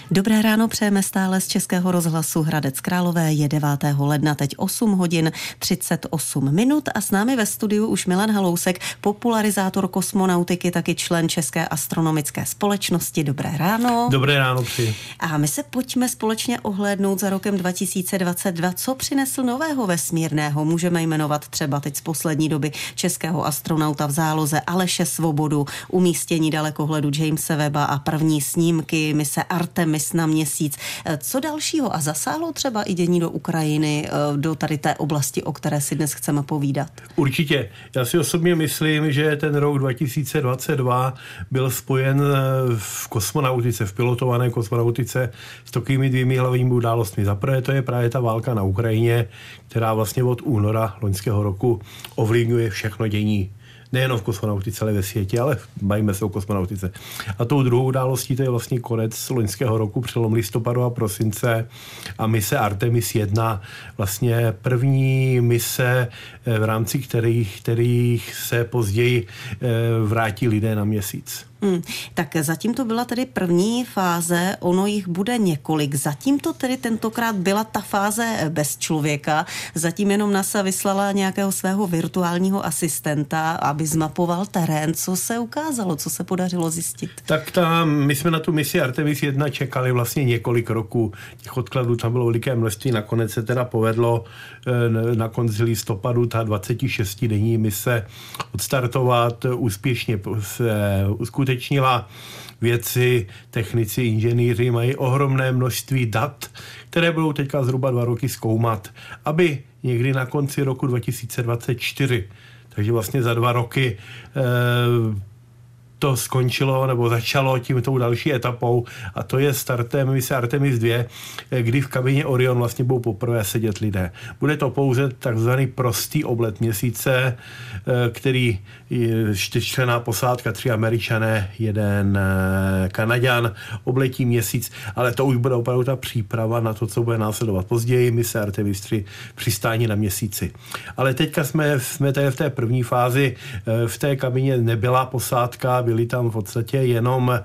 Dobré ráno přejeme stále z Českého rozhlasu Hradec Králové. Je 9. ledna, teď 8 hodin 38 minut a s námi ve studiu už Milan Halousek, popularizátor kosmonautiky, taky člen České astronomické společnosti. Dobré ráno. Dobré ráno přeji. A my se pojďme společně ohlédnout za rokem 2022. Co přinesl nového vesmírného? Můžeme jmenovat třeba teď z poslední doby českého astronauta v záloze Aleše Svobodu, umístění dalekohledu Jamese Webba a první snímky mise Artemis na Měsíc. Co dalšího? A zasáhlo třeba i dění do Ukrajiny, do tady té oblasti, o které si dnes chceme povídat? Určitě. Já si osobně myslím, že ten rok 2022 byl spojen v kosmonautice, v pilotované kosmonautice s takovými dvěmi hlavními událostmi. Za prvé to je právě ta válka na Ukrajině, která vlastně od února loňského roku ovlivňuje všechno dění. Nejenom v kosmonautice, ale ve světě, ale bavíme se o kosmonautice. A tou druhou událostí to je vlastně konec loňského roku, přelom listopadu a prosince a mise Artemis 1, vlastně první mise, v rámci kterých se později vrátí lidé na Měsíc. Tak zatím to byla tedy první fáze, ono jich bude několik. Zatím to tedy tentokrát byla ta fáze bez člověka, zatím jenom NASA vyslala nějakého svého virtuálního asistenta, aby zmapoval terén. Co se ukázalo, co se podařilo zjistit? Tak my jsme na tu misi Artemis 1 čekali vlastně několik roků. Těch odkladů tam bylo veliké množství, nakonec se teda povedlo na konci listopadu ta 26denní mise odstartovat, úspěšně uskutečnila. Vědci, technici, inženýři mají ohromné množství dat, které budou teďka zhruba 2 roky zkoumat, aby někdy na konci roku 2024, takže vlastně za 2 roky to skončilo nebo začalo tou další etapou a to je startem mise Artemis 2, kdy v kabině Orion vlastně budou poprvé sedět lidé. Bude to pouze takzvaný prostý oblet Měsíce, který 4členná posádka, 3 Američané, 1 Kanaďan obletí Měsíc, ale to už bude opravdu ta příprava na to, co bude následovat později, mise Artemis 3, přistání na Měsíci. Ale teďka jsme tady v té první fázi, v té kabině nebyla posádka, byli tam v podstatě jenom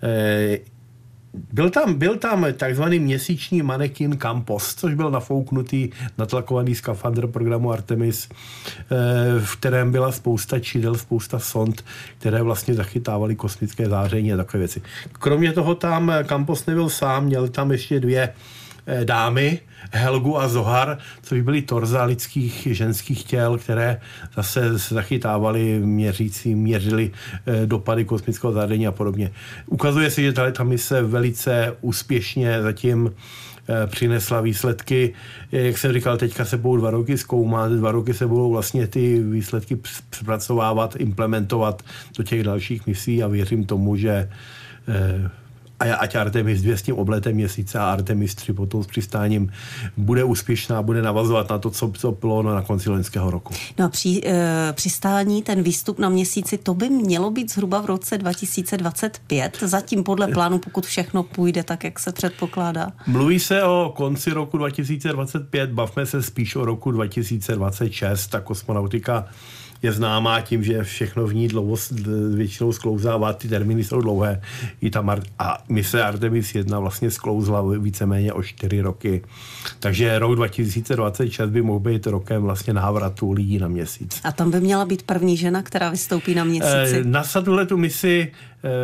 byl tam takzvaný měsíční manekin Campos, což byl nafouknutý, natlakovaný skafandr programu Artemis, v kterém byla spousta čidel, spousta sond, které vlastně zachytávaly kosmické záření a takové věci. Kromě toho tam Campos nebyl sám, měl tam ještě 2 dámy, Helgu a Zohar, což byly torza lidských ženských těl, které zase zachytávaly, měřily dopady kosmického záření a podobně. Ukazuje se, že ta mise velice úspěšně zatím přinesla výsledky. Jak jsem říkal, teďka se budou 2 roky zkoumat, 2 roky se budou vlastně ty výsledky zpracovávat, implementovat do těch dalších misí a věřím tomu, že ať Artemis 2 s tím obletem Měsíce a Artemis 3 potom s přistáním bude úspěšná, bude navazovat na to, co bylo na konci loňského roku. No a přistání, ten výstup na Měsíci, to by mělo být zhruba v roce 2025. Zatím podle plánu, pokud všechno půjde tak, jak se předpokládá. Mluví se o konci roku 2025, bavme se spíš o roku 2026. Ta kosmonautika je známá tím, že všechno v ní dlouho většinou sklouzává, ty termíny jsou dlouhé. A mise Artemis 1 vlastně sklouzla víceméně o 4 roky. Takže rok 2026 by mohl být rokem vlastně návratu lidí na Měsíc. A tam by měla být první žena, která vystoupí na Měsíci? NASA tuhletu misi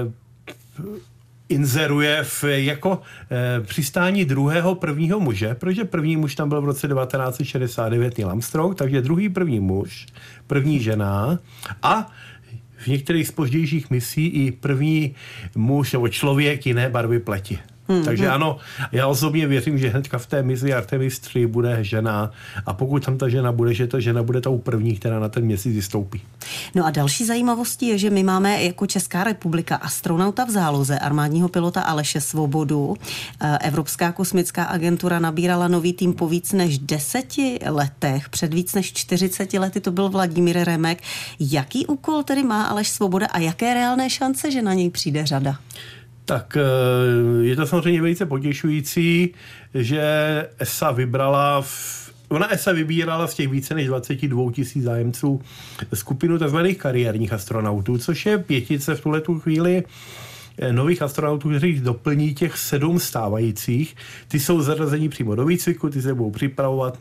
inzeruje jako přistání prvního muže, protože první muž tam byl v roce 1969 Neil Armstrong, takže první muž, první žena a v některých z pozdějších misí i první muž nebo člověk jiné barvy pleti. Takže ano, já osobně věřím, že hnedka v té misi Artemis 3 bude žena a pokud tam ta žena bude, že ta žena bude tou první, která na ten Měsíc vystoupí. No a další zajímavostí je, že my máme jako Česká republika astronauta v záloze, armádního pilota Aleše Svobodu. Evropská kosmická agentura nabírala nový tým po víc než 10 letech. Před víc než 40 lety to byl Vladimír Remek. Jaký úkol tedy má Aleš Svoboda a jaké reálné šance, že na něj přijde řada? Tak je to samozřejmě velice potěšující, že ESA vybírala z těch více než 22 000 zájemců skupinu tzv. Kariérních astronautů, což je 5 v tuhletu chvíli nových astronautů, kteří doplní těch 7 stávajících. Ty jsou zařazení přímo do výcviku, ty se budou připravovat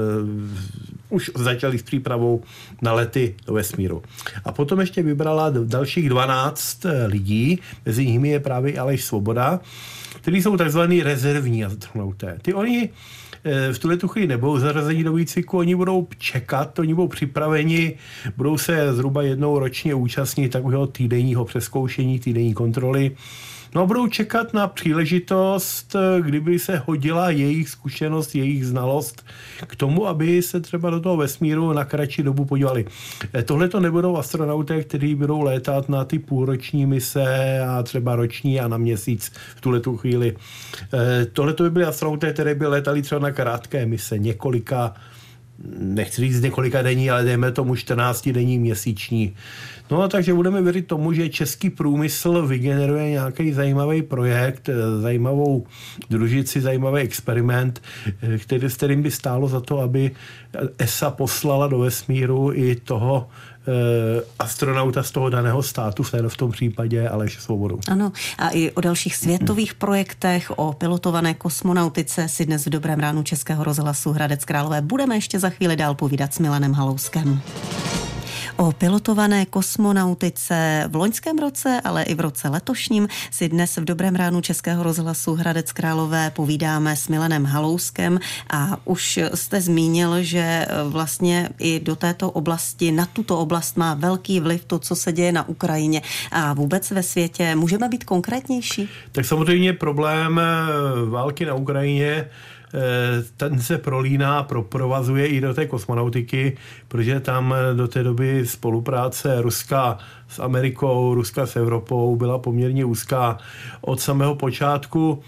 už začali s přípravou na lety do vesmíru. A potom ještě vybrala dalších 12 lidí, mezi nimi je právě Aleš Svoboda, kteří jsou takzvaný rezervní astronauté. Oni v tuhletu chvíli nebudou zařazení do výcviku, oni budou čekat, oni budou připraveni, budou se zhruba jednou ročně účastnit takového týdenního přezkoušení, týdenní kontroly. No a budou čekat na příležitost, kdyby se hodila jejich zkušenost, jejich znalost k tomu, aby se třeba do toho vesmíru na kratší dobu podívali. Tohle to nebudou astronauté, kteří budou létat na ty půlroční mise a třeba roční a na měsíc v tuhletu chvíli. Tohle to by byly astronauté, které by létali třeba na krátké mise, nechci říct několika denní, ale dejme tomu 14 denní, měsíční. No a takže budeme věřit tomu, že český průmysl vygeneruje nějaký zajímavý projekt, zajímavou družici, zajímavý experiment, s kterým by stálo za to, aby ESA poslala do vesmíru i toho astronauta z toho daného státu, v tom případě Aleše Svobodu. Ano, a i o dalších světových projektech, o pilotované kosmonautice si dnes v Dobrém ránu Českého rozhlasu Hradec Králové budeme ještě za chvíli dál povídat s Milanem Halouskem. O pilotované kosmonautice v loňském roce, ale i v roce letošním si dnes v Dobrém ránu Českého rozhlasu Hradec Králové povídáme s Milanem Halouskem a už jste zmínil, že vlastně i do této oblasti, na tuto oblast má velký vliv to, co se děje na Ukrajině a vůbec ve světě. Můžeme být konkrétnější? Tak samozřejmě problém války na Ukrajině ten se provazuje i do té kosmonautiky, protože tam do té doby spolupráce Ruska s Amerikou, Ruska s Evropou byla poměrně úzká od samého počátku.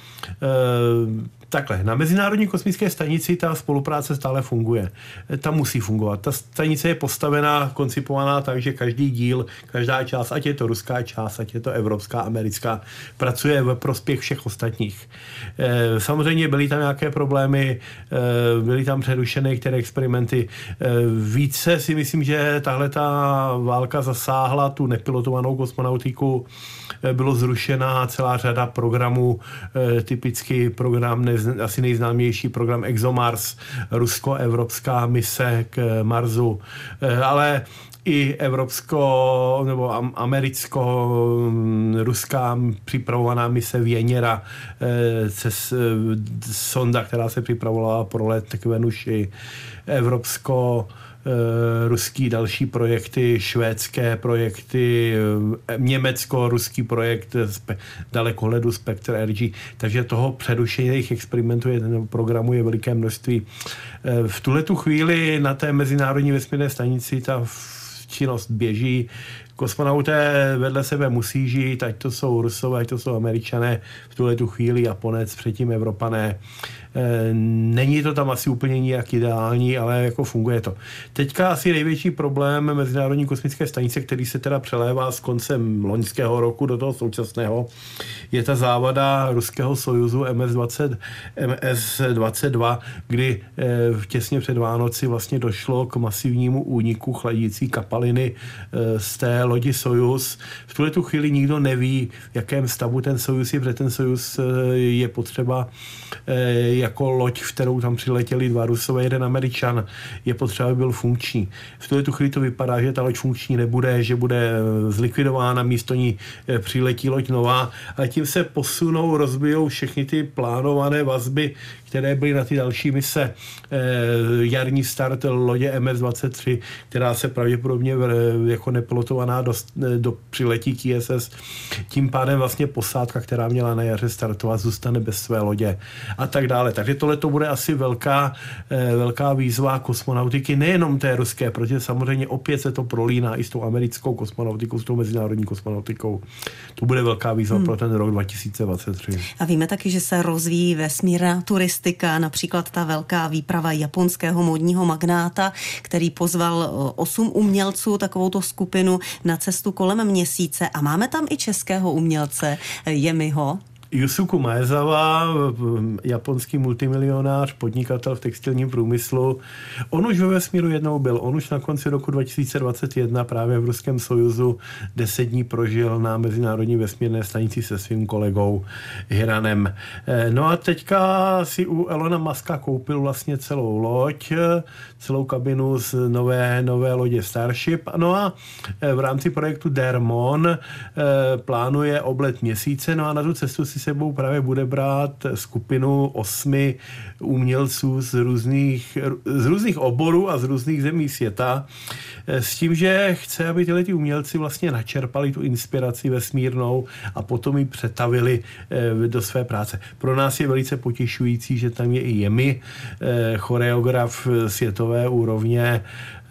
Takhle, na Mezinárodní kosmické stanici ta spolupráce stále funguje. Ta musí fungovat. Ta stanice je postavená, koncipovaná tak, že každý díl, každá část, ať je to ruská část, ať je to evropská, americká, pracuje ve prospěch všech ostatních. Samozřejmě byly tam nějaké problémy, byly tam přerušené některé experimenty. Více si myslím, že tahle ta válka zasáhla tu nepilotovanou kosmonautiku. Bylo zrušena celá řada programů, typicky program, asi nejznámější program ExoMars, rusko-evropská mise k Marsu, ale i evropsko nebo americko-ruská připravovaná mise Věněra, sonda, která se připravovala pro let k Venuši, ruský další projekty, švédské projekty, německo-ruský projekt dalekohledu Spectre Energy, takže toho přerušených experimentů programu je veliké množství. V tuhletu chvíli na té Mezinárodní vesmírné stanici ta činnost běží. Kosmonauté vedle sebe musí žít, ať to jsou Rusové, ať to jsou Američané, v tuhletu chvíli Japonec, předtím Evropané. Není to tam asi úplně nijak ideální, ale jako funguje to. Teďka asi největší problém Mezinárodní kosmické stanice, který se teda přelévá s koncem loňského roku do toho současného, je ta závada ruského Sojuzu MS-22, kdy těsně před Vánoci vlastně došlo k masivnímu úniku chladící kapaliny z té lodi Sojuz. V tuhletu chvíli nikdo neví, v jakém stavu ten Sojuz je, protože ten Sojuz je potřeba jako loď, v kterou tam přiletěli 2 Rusové, 1 Američan, je potřeba, aby byl funkční. V tuto chvíli to vypadá, že ta loď funkční nebude, že bude zlikvidována, místo ní přiletí loď nová, ale tím se posunou, rozbijou všechny ty plánované vazby, které byly na ty další mise. Jarní start lodě MS-23, která se pravděpodobně jako nepilotovaná přiletí k ISS. Tím pádem vlastně posádka, která měla na jaře startovat, zůstane bez své lodě a tak dále. Takže tohle to bude asi velká výzva kosmonautiky, nejenom té ruské, protože samozřejmě opět se to prolíná i s tou americkou kosmonautikou, s tou mezinárodní kosmonautikou. To bude velká výzva pro ten rok 2023. A víme taky, že se rozvíjí vesmírná turistika, například ta velká výprava japonského módního magnáta, který pozval 8 umělců, takovouto skupinu, na cestu kolem Měsíce. A máme tam i českého umělce Jemiho. Yusuke Maezawa, japonský multimilionář, podnikatel v textilním průmyslu, on už ve vesmíru jednou byl. On už na konci roku 2021 právě v ruském Sojuzu 10 dní prožil na mezinárodní vesmírné stanici se svým kolegou Hiranem. No a teďka si u Elona Muska koupil vlastně celou loď, celou kabinu z nové lodě Starship. No a v rámci projektu Dermon plánuje oblet Měsíce, no a na tu cestu si sebou právě bude brát skupinu 8 umělců z různých oborů a z různých zemí světa, s tím, že chce, aby tyhle umělci vlastně načerpali tu inspiraci vesmírnou a potom ji přetavili do své práce. Pro nás je velice potěšující, že tam je i Jemi, choreograf světové úrovně,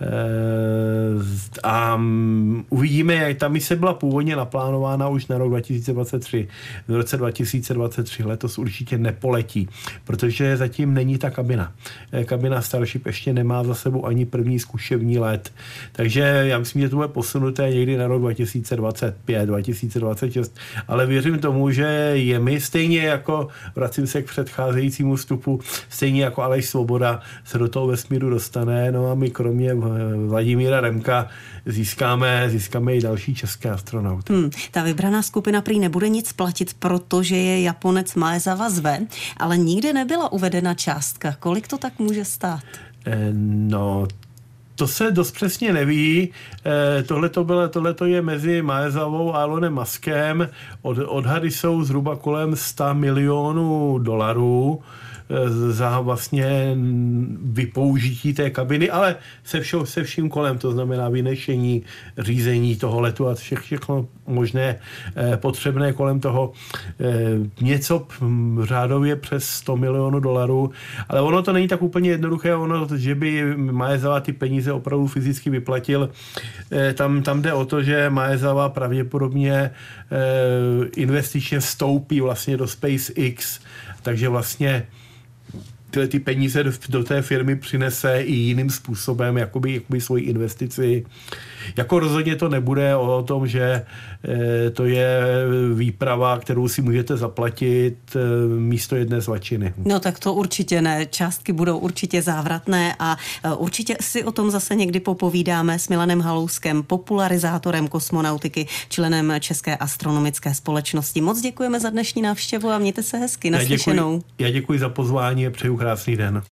a uvidíme, jak ta mise byla původně naplánována už na rok 2023. V roce 2023 letos určitě nepoletí, protože zatím není ta kabina. Kabina Starship ještě nemá za sebou ani první zkušební let. Takže já myslím, že to bude posunuté někdy na rok 2025, 2026, ale věřím tomu, že Jemi, stejně jako, vracím se k předcházejícímu vstupu, stejně jako Aleš Svoboda se do toho vesmíru dostane, no a my kromě Vladimíra Remka získáme i další české astronauty. Ta vybraná skupina prý nebude nic platit, protože je Japonec Maezawa zve, ale nikde nebyla uvedena částka. Kolik to tak může stát? No, to se dost přesně neví. Tohleto je mezi Maezawou a Elonem Muskem. Odhady jsou zhruba kolem $100 milionů za vlastně vypoužití té kabiny, ale se vším kolem, to znamená vynešení, řízení toho letu a všechno možné potřebné kolem toho. Něco řádově přes $100 milionů, ale ono to není tak úplně jednoduché, že by Maezawa ty peníze opravdu fyzicky vyplatil. Tam jde o to, že Maezawa pravděpodobně investičně vstoupí vlastně do SpaceX, takže vlastně ty peníze do té firmy přinese i jiným způsobem, jakoby svoji investici. Jako rozhodně to nebude o tom, že to je výprava, kterou si můžete zaplatit místo jedné svačiny. No tak to určitě ne. Částky budou určitě závratné a určitě si o tom zase někdy popovídáme s Milanem Halouskem, popularizátorem kosmonautiky, členem České astronomické společnosti. Moc děkujeme za dnešní návštěvu a mějte se hezky. Naslyšenou. Já děkuji za pozvání a přeju krásný den.